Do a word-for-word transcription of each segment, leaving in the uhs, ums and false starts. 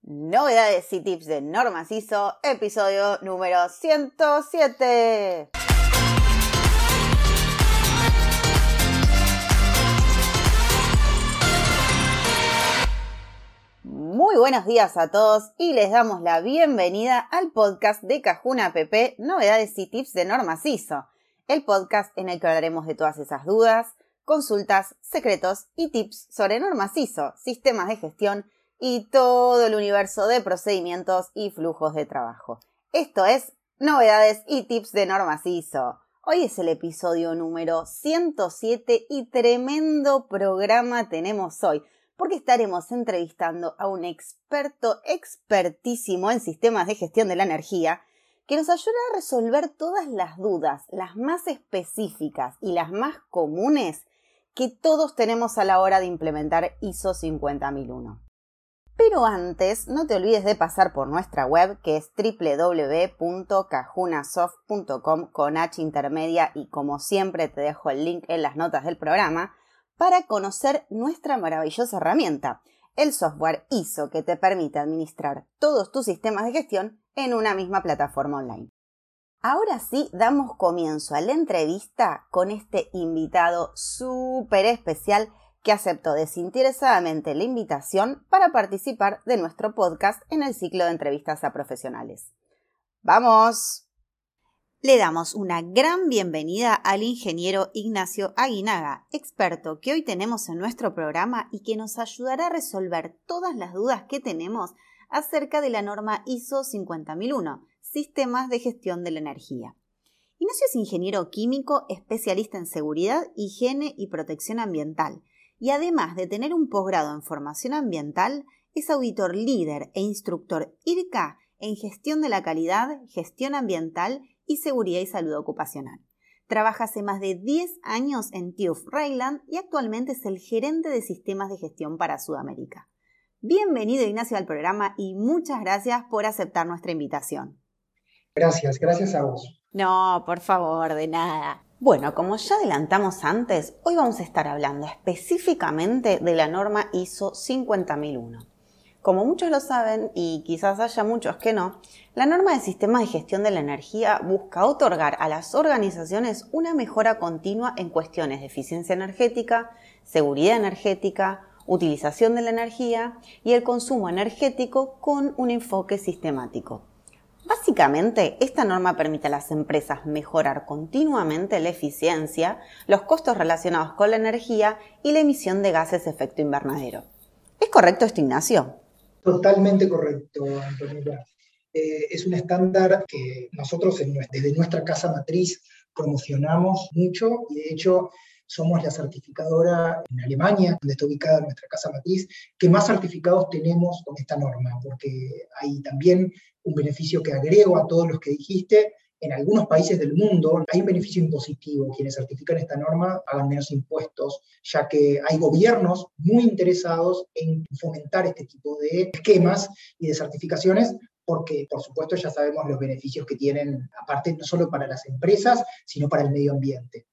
Novedades y tips de Normas I S O, episodio número ciento siete. Muy buenos días a todos y les damos la bienvenida al podcast de Cajuna P P, Novedades y tips de Normas I S O, el podcast en el que hablaremos de todas esas dudas, consultas, secretos y tips sobre Normas I S O, sistemas de gestión y todo el universo de procedimientos y flujos de trabajo. Esto es Novedades y Tips de Normas I S O. Hoy es el episodio número ciento siete y tremendo programa tenemos hoy, porque estaremos entrevistando a un experto expertísimo en sistemas de gestión de la energía que nos ayudará a resolver todas las dudas, las más específicas y las más comunes que todos tenemos a la hora de implementar I S O cincuenta mil uno. Pero antes, no te olvides de pasar por nuestra web, que es doble u doble u doble u punto cajunasoft punto com con H intermedia, y como siempre te dejo el link en las notas del programa, para conocer nuestra maravillosa herramienta, el software I S O que te permite administrar todos tus sistemas de gestión en una misma plataforma online. Ahora sí, damos comienzo a la entrevista con este invitado súper especial que aceptó desinteresadamente la invitación para participar de nuestro podcast en el ciclo de entrevistas a profesionales. ¡Vamos! Le damos una gran bienvenida al ingeniero Ignacio Aguinaga, experto que hoy tenemos en nuestro programa y que nos ayudará a resolver todas las dudas que tenemos acerca de la norma I S O cincuenta mil uno, Sistemas de Gestión de la Energía. Ignacio es ingeniero químico, especialista en seguridad, higiene y protección ambiental, y además de tener un posgrado en formación ambiental, es auditor líder e instructor I R C A en gestión de la calidad, gestión ambiental y seguridad y salud ocupacional. Trabaja hace más de diez años en T I U F Rheinland y actualmente es el gerente de sistemas de gestión para Sudamérica. Bienvenido, Ignacio, al programa y muchas gracias por aceptar nuestra invitación. Gracias, gracias a vos. No, por favor, de nada. Bueno, como ya adelantamos antes, hoy vamos a estar hablando específicamente de la norma I S O cincuenta mil uno. Como muchos lo saben, y quizás haya muchos que no, la norma de sistemas de gestión de la energía busca otorgar a las organizaciones una mejora continua en cuestiones de eficiencia energética, seguridad energética, utilización de la energía y el consumo energético con un enfoque sistemático. Básicamente, esta norma permite a las empresas mejorar continuamente la eficiencia, los costos relacionados con la energía y la emisión de gases de efecto invernadero. ¿Es correcto esto, Ignacio? Totalmente correcto, Antonella. Eh, es un estándar que nosotros en, desde nuestra casa matriz promocionamos mucho y de hecho somos la certificadora en Alemania, donde está ubicada nuestra casa matriz, que más certificados tenemos con esta norma, porque hay también un beneficio que agrego a todos los que dijiste. En algunos países del mundo hay un beneficio impositivo. Quienes certifican esta norma pagan menos impuestos, ya que hay gobiernos muy interesados en fomentar este tipo de esquemas y de certificaciones, porque, por supuesto, ya sabemos los beneficios que tienen, aparte no solo para las empresas, sino para el medio ambiente.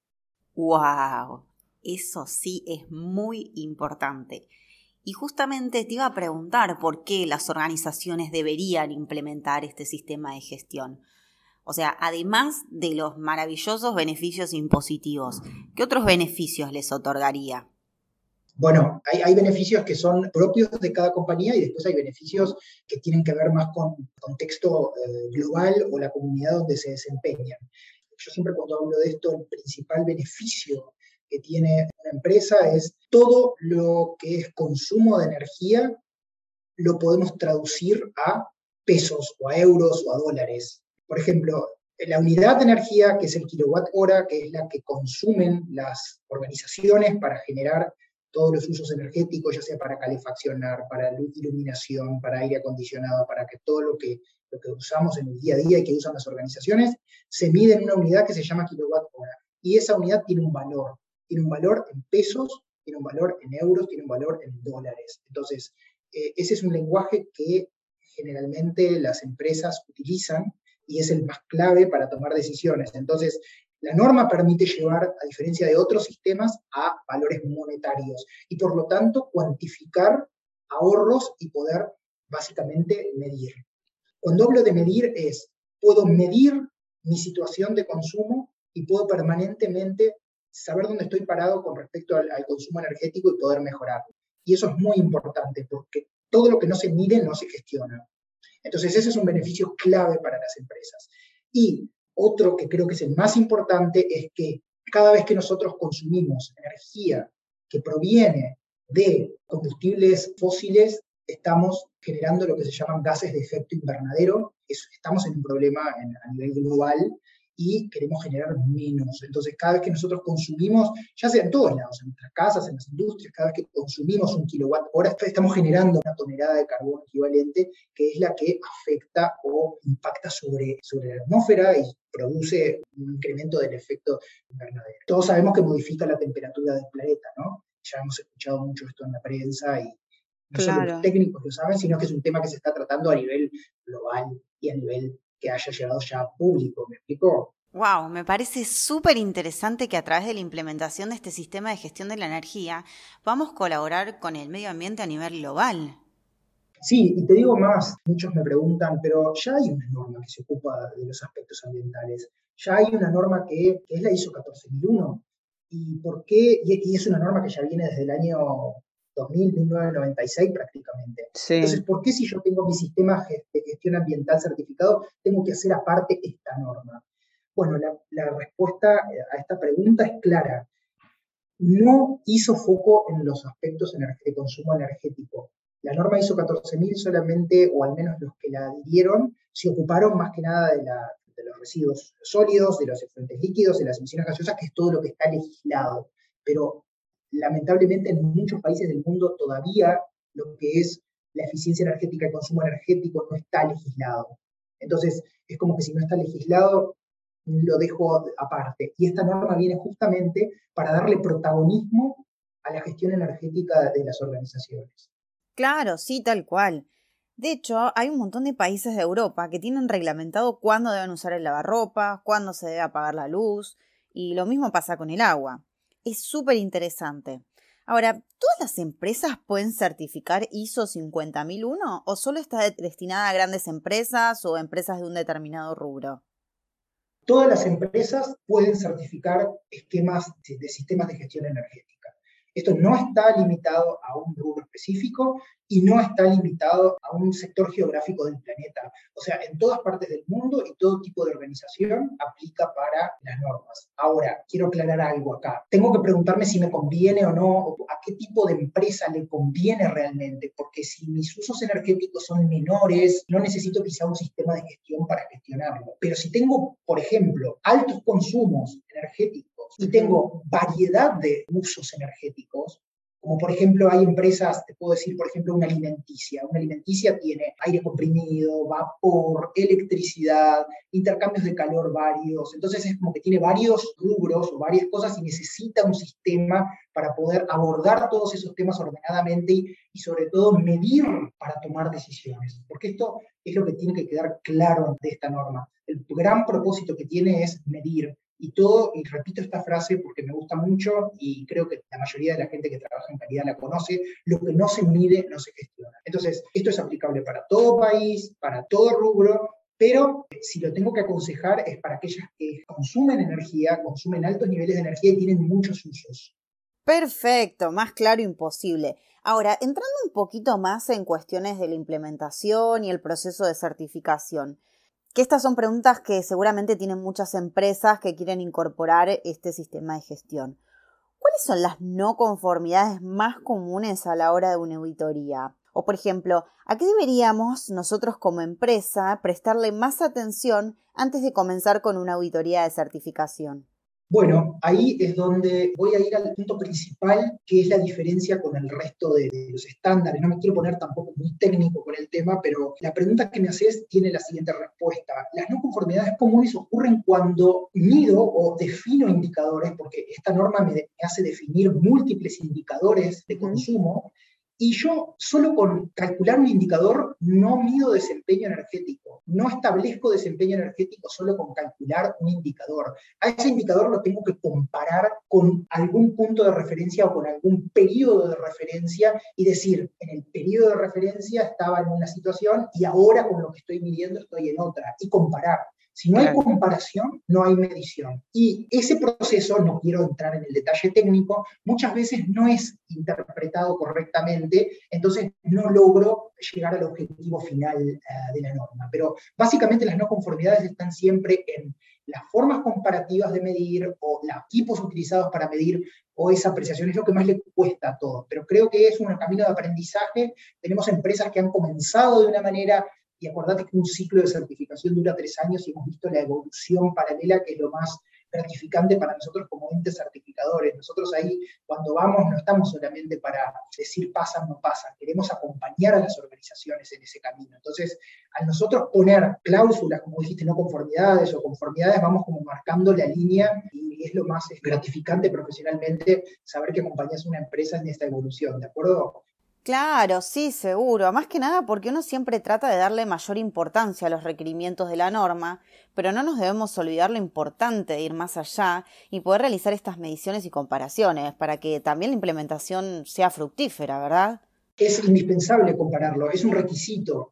¡Wow! Eso sí es muy importante. Y justamente te iba a preguntar por qué las organizaciones deberían implementar este sistema de gestión. O sea, además de los maravillosos beneficios impositivos, ¿qué otros beneficios les otorgaría? Bueno, hay, hay beneficios que son propios de cada compañía y después hay beneficios que tienen que ver más con el contexto eh, global o la comunidad donde se desempeñan. Yo siempre cuando hablo de esto, el principal beneficio que tiene una empresa es todo lo que es consumo de energía lo podemos traducir a pesos o a euros o a dólares. Por ejemplo, la unidad de energía, que es el kilowatt hora, que es la que consumen las organizaciones para generar todos los usos energéticos, ya sea para calefaccionar, para iluminación, para aire acondicionado, para que todo lo que, lo que usamos en el día a día y que usan las organizaciones, se mide en una unidad que se llama kilowatt hora. Y esa unidad tiene un valor. Tiene un valor en pesos, tiene un valor en euros, tiene un valor en dólares. Entonces, eh, ese es un lenguaje que generalmente las empresas utilizan y es el más clave para tomar decisiones. Entonces, la norma permite llevar, a diferencia de otros sistemas, a valores monetarios y por lo tanto cuantificar ahorros y poder básicamente medir. Cuando hablo de medir es, puedo medir mi situación de consumo y puedo permanentemente saber dónde estoy parado con respecto al, al consumo energético y poder mejorarlo. Y eso es muy importante porque todo lo que no se mide no se gestiona. Entonces ese es un beneficio clave para las empresas. Y otro que creo que es el más importante es que cada vez que nosotros consumimos energía que proviene de combustibles fósiles, estamos generando lo que se llaman gases de efecto invernadero. Estamos en un problema en, a nivel global y queremos generar menos. Entonces, cada vez que nosotros consumimos, ya sea en todos lados, en nuestras casas, en las industrias, cada vez que consumimos un kilowatt hora, estamos generando una tonelada de carbono equivalente, que es la que afecta o impacta sobre, sobre la atmósfera y produce un incremento del efecto invernadero. Todos sabemos que modifica la temperatura del planeta, ¿no? Ya hemos escuchado mucho esto en la prensa y no claro. solo los técnicos lo saben, sino que es un tema que se está tratando a nivel global y a nivel que haya llegado ya a público, ¿me explico? Wow, me parece súper interesante que a través de la implementación de este sistema de gestión de la energía podamos colaborar con el medio ambiente a nivel global. Sí, y te digo más, muchos me preguntan, pero ya hay una norma que se ocupa de los aspectos ambientales, ya hay una norma que, que es la ISO catorce mil uno, ¿y por qué? Y, y es una norma que ya viene desde el año dos mil, mil novecientos noventa y seis prácticamente. Sí. Entonces, ¿por qué si yo tengo mi sistema de gestión ambiental certificado, tengo que hacer aparte esta norma? Bueno, la, la respuesta a esta pregunta es clara. No hizo foco en los aspectos de consumo energético. La norma ISO catorce mil solamente, o al menos los que la adhirieron, se ocuparon más que nada de, la, de los residuos sólidos, de los efluentes líquidos, de las emisiones gaseosas, que es todo lo que está legislado. Pero lamentablemente en muchos países del mundo todavía lo que es la eficiencia energética y consumo energético no está legislado. Entonces, es como que si no está legislado, lo dejo aparte. Y esta norma viene justamente para darle protagonismo a la gestión energética de las organizaciones. Claro, sí, tal cual. De hecho, hay un montón de países de Europa que tienen reglamentado cuándo deben usar el lavarropas, cuándo se debe apagar la luz, y lo mismo pasa con el agua. Es súper interesante. Ahora, ¿todas las empresas pueden certificar ISO cincuenta mil uno o solo está destinada a grandes empresas o empresas de un determinado rubro? Todas las empresas pueden certificar esquemas de, de sistemas de gestión energética. Esto no está limitado a un rubro específico y no está limitado a un sector geográfico del planeta. O sea, en todas partes del mundo y todo tipo de organización aplica para las normas. Ahora, quiero aclarar algo acá. Tengo que preguntarme si me conviene o no, o a qué tipo de empresa le conviene realmente, porque si mis usos energéticos son menores, no necesito quizá un sistema de gestión para gestionarlo. Pero si tengo, por ejemplo, altos consumos energéticos y tengo variedad de usos energéticos, como por ejemplo hay empresas, te puedo decir por ejemplo una alimenticia, una alimenticia tiene aire comprimido, vapor, electricidad, intercambios de calor varios, entonces es como que tiene varios rubros o varias cosas y necesita un sistema para poder abordar todos esos temas ordenadamente y, y sobre todo medir para tomar decisiones, porque esto es lo que tiene que quedar claro de esta norma. El gran propósito que tiene es medir. Y todo, y repito esta frase porque me gusta mucho y creo que la mayoría de la gente que trabaja en calidad la conoce, lo que no se mide no se gestiona. Entonces, esto es aplicable para todo país, para todo rubro, pero si lo tengo que aconsejar es para aquellas que consumen energía, consumen altos niveles de energía y tienen muchos usos. Perfecto, más claro imposible. Ahora, entrando un poquito más en cuestiones de la implementación y el proceso de certificación, que estas son preguntas que seguramente tienen muchas empresas que quieren incorporar este sistema de gestión. ¿Cuáles son las no conformidades más comunes a la hora de una auditoría? O, por ejemplo, ¿a qué deberíamos nosotros como empresa prestarle más atención antes de comenzar con una auditoría de certificación? Bueno, ahí es donde voy a ir al punto principal, que es la diferencia con el resto de, de los estándares. No me quiero poner tampoco muy técnico con el tema, pero la pregunta que me haces tiene la siguiente respuesta. Las no conformidades comunes ocurren cuando mido o defino indicadores, porque esta norma me, me hace definir múltiples indicadores de consumo, Y yo solo con calcular un indicador no mido desempeño energético, no establezco desempeño energético solo con calcular un indicador. A ese indicador lo tengo que comparar con algún punto de referencia o con algún periodo de referencia y decir, en el periodo de referencia estaba en una situación y ahora con lo que estoy midiendo estoy en otra, y comparar. Si no hay Claro. comparación, no hay medición. Y ese proceso, no quiero entrar en el detalle técnico, muchas veces no es interpretado correctamente, entonces no logro llegar al objetivo final uh, de la norma. Pero básicamente las no conformidades están siempre en las formas comparativas de medir o los tipos utilizados para medir o esa apreciación. Es lo que más le cuesta a todo. Pero creo que es un camino de aprendizaje. Tenemos empresas que han comenzado de una manera. Y acordate que un ciclo de certificación dura tres años y hemos visto la evolución paralela, que es lo más gratificante para nosotros como entes certificadores. Nosotros ahí, cuando vamos, no estamos solamente para decir pasan, no pasan, queremos acompañar a las organizaciones en ese camino. Entonces, al nosotros poner cláusulas, como dijiste, no conformidades o conformidades, vamos como marcando la línea y es lo más gratificante profesionalmente saber que acompañas a una empresa en esta evolución, ¿de acuerdo? Claro, sí, seguro. Más que nada porque uno siempre trata de darle mayor importancia a los requerimientos de la norma, pero no nos debemos olvidar lo importante de ir más allá y poder realizar estas mediciones y comparaciones para que también la implementación sea fructífera, ¿verdad? Es indispensable compararlo, es un requisito.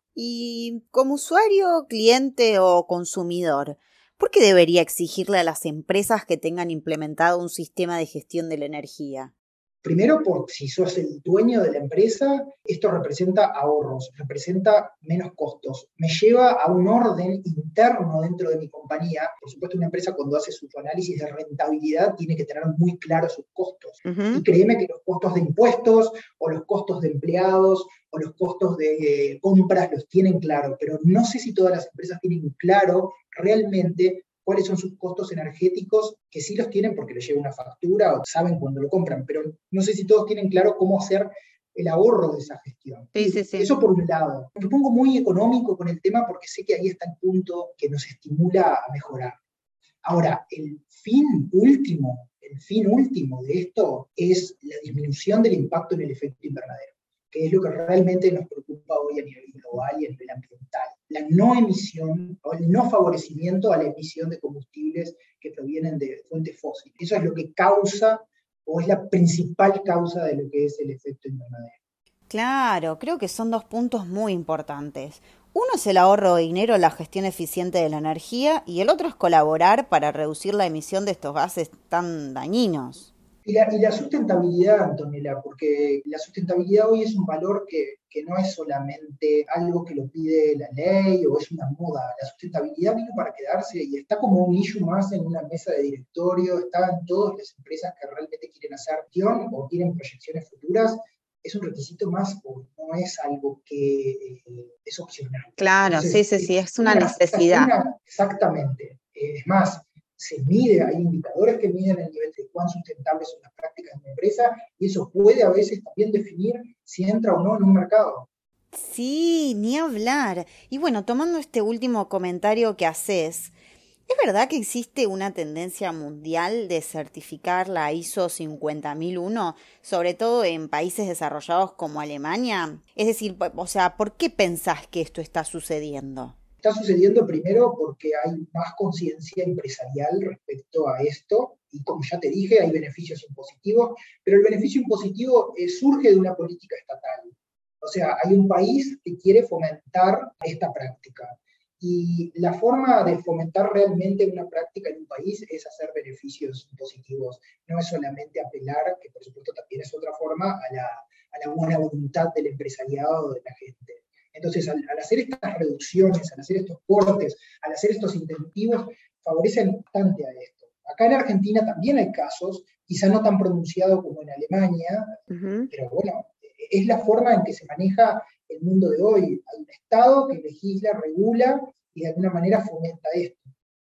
Y como usuario, cliente o consumidor, ¿por qué debería exigirle a las empresas que tengan implementado un sistema de gestión de la energía? Primero, porque si sos el dueño de la empresa, esto representa ahorros, representa menos costos. Me lleva a un orden interno dentro de mi compañía. Por supuesto, una empresa cuando hace su análisis de rentabilidad tiene que tener muy claros sus costos. Uh-huh. Y créeme que los costos de impuestos o los costos de empleados o los costos de eh, compras los tienen claro, pero no sé si todas las empresas tienen claro realmente cuáles son sus costos energéticos, que sí los tienen porque les llega una factura o saben cuándo lo compran, pero no sé si todos tienen claro cómo hacer el ahorro de esa gestión. Sí, sí, sí. Eso por un lado. Me pongo muy económico con el tema porque sé que ahí está el punto que nos estimula a mejorar. Ahora, el fin último, el fin último de esto es la disminución del impacto en el efecto invernadero, que es lo que realmente nos preocupa hoy a nivel global y a nivel ambiental. La no emisión o el no favorecimiento a la emisión de combustibles que provienen de fuentes fósiles. Eso es lo que causa o es la principal causa de lo que es el efecto invernadero. Claro, creo que son dos puntos muy importantes. Uno es el ahorro de dinero, la gestión eficiente de la energía, y el otro es colaborar para reducir la emisión de estos gases tan dañinos. Y la, y la sustentabilidad, Antonella, porque la sustentabilidad hoy es un valor que, que no es solamente algo que lo pide la ley o es una moda. La sustentabilidad vino para quedarse y está como un issue más en una mesa de directorio. Estaban todas las empresas que realmente quieren hacer acción o quieren proyecciones futuras. Es un requisito más o no es algo que eh, es opcional. Claro, Entonces, sí, sí, sí, es una, una necesidad. Una, exactamente. Eh, es más, se mide, hay indicadores que miden el nivel de cuán sustentables son las prácticas de la empresa y eso puede a veces también definir si entra o no en un mercado. Sí, ni hablar. Y bueno, tomando este último comentario que haces, ¿es verdad que existe una tendencia mundial de certificar la I S O cincuenta mil uno, sobre todo en países desarrollados como Alemania? Es decir, o sea, ¿por qué pensás que esto está sucediendo? Está sucediendo primero porque hay más conciencia empresarial respecto a esto y como ya te dije, hay beneficios impositivos, pero el beneficio impositivo eh, surge de una política estatal. O sea, hay un país que quiere fomentar esta práctica. Y la forma de fomentar realmente una práctica en un país es hacer beneficios positivos. No es solamente apelar, que por supuesto también es otra forma, a la, a la buena voluntad del empresariado o de la gente. Entonces, al, al hacer estas reducciones, al hacer estos cortes, al hacer estos incentivos, favorecen bastante a esto. Acá en Argentina también hay casos, quizá no tan pronunciados como en Alemania, uh-huh. pero bueno, es la forma en que se maneja el mundo de hoy. Hay un Estado que legisla, regula y de alguna manera fomenta esto.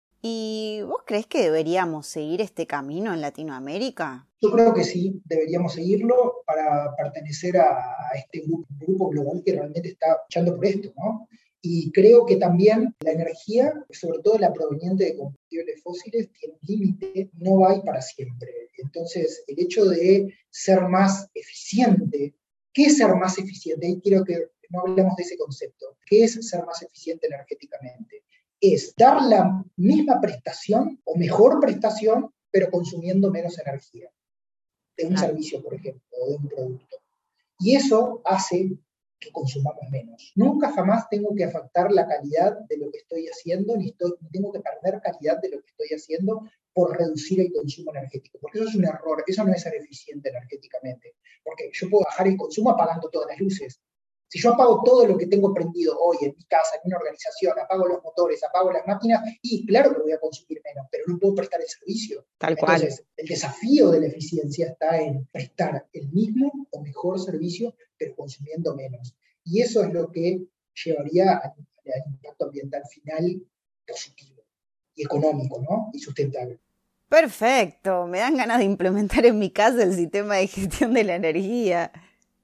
¿Y vos crees que deberíamos seguir este camino en Latinoamérica? Yo creo que sí, deberíamos seguirlo para pertenecer a, a este grupo, grupo global que realmente está luchando por esto, ¿no? Y creo que también la energía, sobre todo la proveniente de combustibles fósiles, tiene un límite, no va a ir para siempre. Entonces, el hecho de ser más eficiente ¿Qué es ser más eficiente? Ahí quiero que no hablemos de ese concepto. ¿Qué es ser más eficiente energéticamente? Es dar la misma prestación o mejor prestación, pero consumiendo menos energía, de un Claro. servicio, por ejemplo, o de un producto. Y eso hace que consumamos menos. Nunca jamás tengo que afectar la calidad de lo que estoy haciendo, ni, estoy, ni tengo que perder calidad de lo que estoy haciendo por reducir el consumo energético, porque eso es un error, eso no es ser eficiente energéticamente, porque yo puedo bajar el consumo apagando todas las luces. Si yo apago todo lo que tengo prendido hoy en mi casa, en una organización, apago los motores, apago las máquinas, y claro que voy a consumir menos, pero no puedo prestar el servicio. Tal cual. Entonces, el desafío de la eficiencia está en prestar el mismo o mejor servicio, pero consumiendo menos. Y eso es lo que llevaría al, al impacto ambiental final positivo y económico, ¿no? Y sustentable. Perfecto, me dan ganas de implementar en mi casa el sistema de gestión de la energía.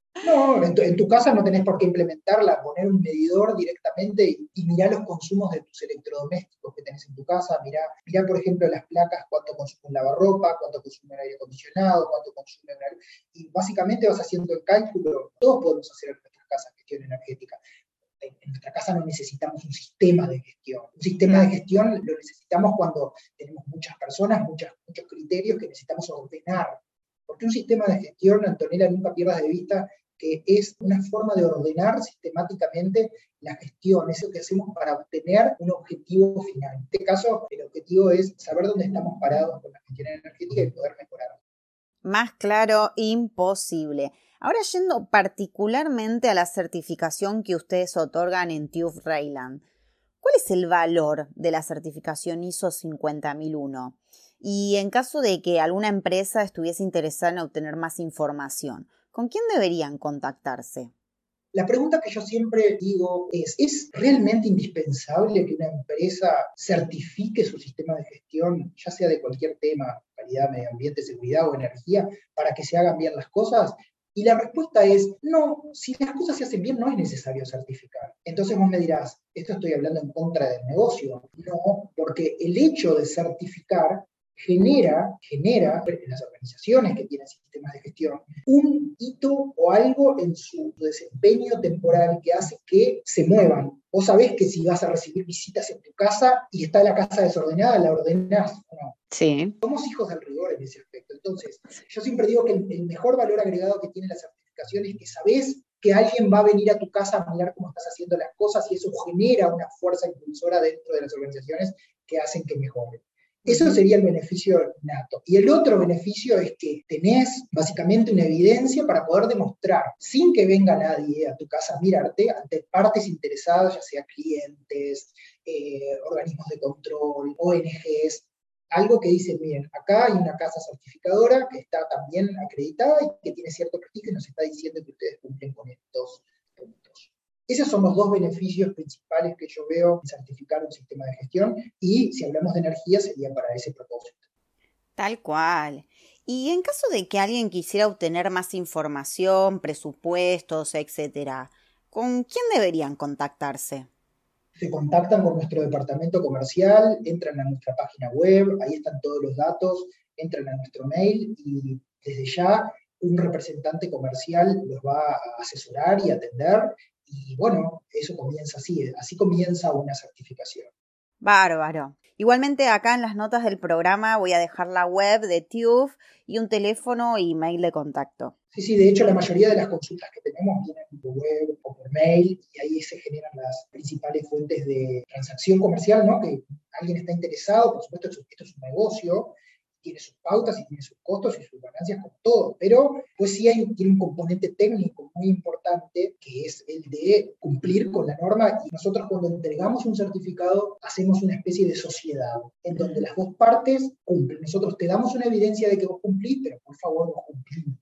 No, en tu, en tu casa no tenés por qué implementarla, poner un medidor directamente y, y mirar los consumos de tus electrodomésticos que tenés en tu casa, mirá, mirá por ejemplo las placas, cuánto consume un lavarropa, cuánto consume el aire acondicionado, cuánto consume una... Y básicamente vas haciendo el cálculo, todos podemos hacer en nuestras casas gestión energética. En, en nuestra casa no necesitamos un sistema de gestión. Un sistema No. de gestión lo necesitamos cuando tenemos muchas personas, muchas, muchos criterios que necesitamos ordenar. Porque un sistema de gestión, Antonella, nunca pierdas de vista que es una forma de ordenar sistemáticamente la gestión, eso que hacemos para obtener un objetivo final. En este caso, el objetivo es saber dónde estamos parados con la gestión energética y poder mejorar. Más claro, imposible. Ahora yendo particularmente a la certificación que ustedes otorgan en T U F Rheinland, ¿cuál es el valor de la certificación I S O cincuenta mil uno? Y en caso de que alguna empresa estuviese interesada en obtener más información, ¿con quién deberían contactarse? La pregunta que yo siempre digo es, ¿es realmente indispensable que una empresa certifique su sistema de gestión, ya sea de cualquier tema, calidad, medio ambiente, seguridad o energía, para que se hagan bien las cosas? Y la respuesta es, no, si las cosas se hacen bien no es necesario certificar. Entonces vos me dirás, esto estoy hablando en contra del negocio. No, porque el hecho de certificar genera, genera en las organizaciones que tienen sistemas de gestión un hito o algo en su desempeño temporal que hace que se muevan. Vos sabés que si vas a recibir visitas en tu casa y está la casa desordenada, la ordenás o no. Sí. Somos hijos del rigor en ese aspecto. Entonces, yo siempre digo que el, el mejor valor agregado que tiene la certificación es que sabés que alguien va a venir a tu casa a mirar cómo estás haciendo las cosas y eso genera una fuerza impulsora dentro de las organizaciones que hacen que mejoren. Eso sería el beneficio nato. Y el otro beneficio es que tenés básicamente una evidencia para poder demostrar, sin que venga nadie a tu casa a mirarte, ante partes interesadas, ya sea clientes, eh, organismos de control, O N Ges, algo que dice, miren, acá hay una casa certificadora que está también acreditada y que tiene cierto prestigio y nos está diciendo que ustedes cumplen con estos puntos. Esos son los dos beneficios principales que yo veo en certificar un sistema de gestión y si hablamos de energía sería para ese propósito. Tal cual. Y en caso de que alguien quisiera obtener más información, presupuestos, etcétera, ¿con quién deberían contactarse? Se contactan con nuestro departamento comercial, entran a nuestra página web, ahí están todos los datos, entran a nuestro mail y desde ya un representante comercial los va a asesorar y atender. Y bueno, eso comienza así, así comienza una certificación. Bárbaro. Igualmente acá en las notas del programa voy a dejar la web de T U F y un teléfono y mail de contacto. Sí, sí, de hecho la mayoría de las consultas que tenemos vienen por web o por mail y ahí se generan las principales fuentes de transacción comercial, ¿no? Que alguien está interesado, por supuesto esto es un negocio, tiene sus pautas y tiene sus costos y sus ganancias con todo, pero pues sí hay, tiene un componente técnico muy importante que es el de cumplir con la norma y nosotros cuando entregamos un certificado hacemos una especie de sociedad en donde las dos partes cumplen. Nosotros te damos una evidencia de que vos cumplís, pero por favor vos cumplimos.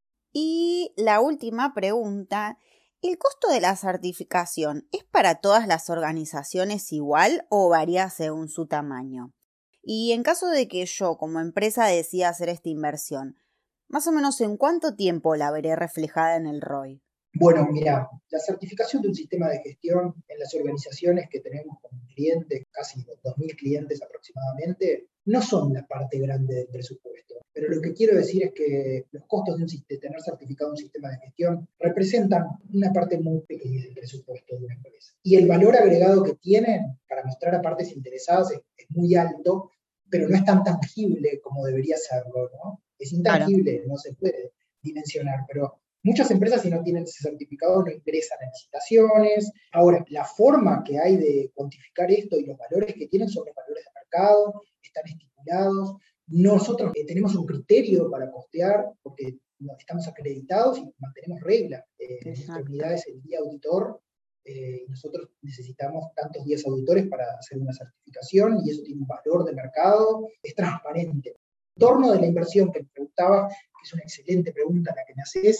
Y la última pregunta, ¿el costo de la certificación es para todas las organizaciones igual o varía según su tamaño? Y en caso de que yo como empresa decida hacer esta inversión, ¿más o menos en cuánto tiempo la veré reflejada en el R O I? Bueno, mira, la certificación de un sistema de gestión en las organizaciones que tenemos como clientes, casi dos mil clientes aproximadamente, no son la parte grande del presupuesto. Pero lo que quiero decir es que los costos de, un, de tener certificado un sistema de gestión representan una parte muy pequeña del presupuesto de una empresa. Y el valor agregado que tienen para mostrar a partes interesadas es, es muy alto, pero no es tan tangible como debería serlo, ¿no? Es intangible, claro. No se puede dimensionar, pero muchas empresas, si no tienen ese certificado, no ingresan a licitaciones. Ahora, la forma que hay de cuantificar esto y los valores que tienen son los valores de mercado, están estipulados. Nosotros eh, tenemos un criterio para costear, porque no, estamos acreditados y mantenemos reglas. Eh, nuestra unidad es el guía auditor, eh, y nosotros necesitamos tantos guías auditores para hacer una certificación, y eso tiene un valor de mercado, es transparente. En torno de la inversión que me preguntaba, que es una excelente pregunta la que me haces,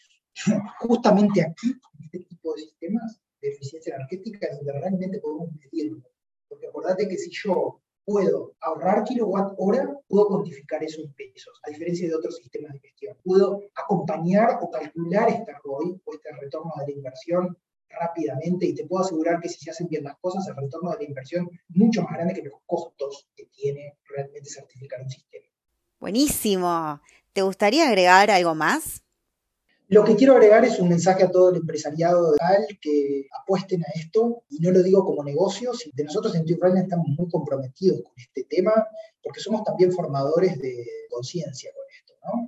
justamente aquí, en este tipo de sistemas de eficiencia energética, es donde realmente podemos medirlo. Porque acordate que si yo puedo ahorrar kilowatt hora, puedo cuantificar eso en pesos, a diferencia de otros sistemas de gestión. Puedo acompañar o calcular este R O I, o este retorno de la inversión, rápidamente, y te puedo asegurar que si se hacen bien las cosas, el retorno de la inversión es mucho más grande que los costos que tiene realmente certificar un sistema. Buenísimo. ¿Te gustaría agregar algo más? Lo que quiero agregar es un mensaje a todo el empresariado local que apuesten a esto, y no lo digo como negocio, sino de nosotros en TÜV Rheinland estamos muy comprometidos con este tema, porque somos también formadores de conciencia con esto, ¿no?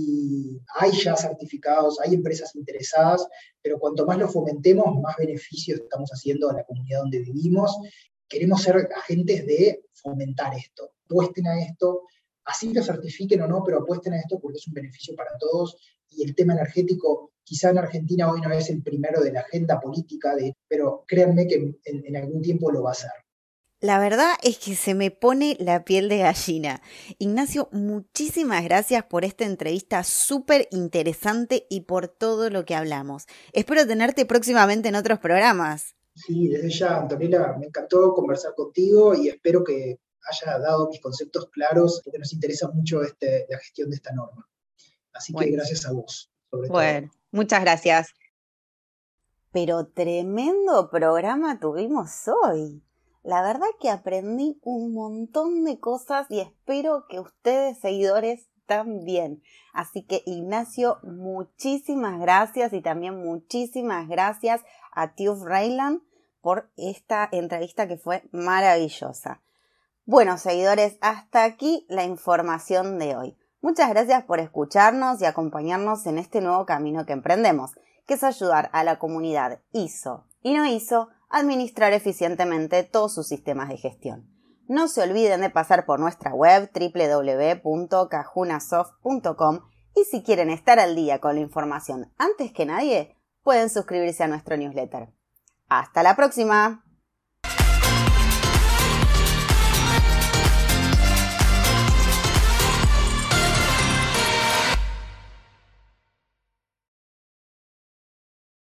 Y hay ya certificados, hay empresas interesadas, pero cuanto más lo fomentemos, más beneficios estamos haciendo a la comunidad donde vivimos. Queremos ser agentes de fomentar esto, apuesten a esto, así lo certifiquen o no, pero apuesten a esto porque es un beneficio para todos. Y el tema energético, quizá en Argentina hoy no es el primero de la agenda política, de, pero créanme que en, en algún tiempo lo va a ser. La verdad es que se me pone la piel de gallina. Ignacio, muchísimas gracias por esta entrevista súper interesante y por todo lo que hablamos. Espero tenerte próximamente en otros programas. Sí, desde ya, Antonella, me encantó conversar contigo y espero que haya dado mis conceptos claros, porque nos interesa mucho este, la gestión de esta norma. Así bueno. que gracias a vos, sobre bueno, todo. Muchas gracias. Pero tremendo programa tuvimos hoy. La verdad que aprendí un montón de cosas y espero que ustedes, seguidores, también. Así que, Ignacio, muchísimas gracias y también muchísimas gracias a TÜV Rheinland por esta entrevista que fue maravillosa. Bueno, seguidores, hasta aquí la información de hoy. Muchas gracias por escucharnos y acompañarnos en este nuevo camino que emprendemos, que es ayudar a la comunidad I S O y no I S O a administrar eficientemente todos sus sistemas de gestión. No se olviden de pasar por nuestra web doble u doble u doble u punto cajunasoft punto com y si quieren estar al día con la información antes que nadie, pueden suscribirse a nuestro newsletter. ¡Hasta la próxima!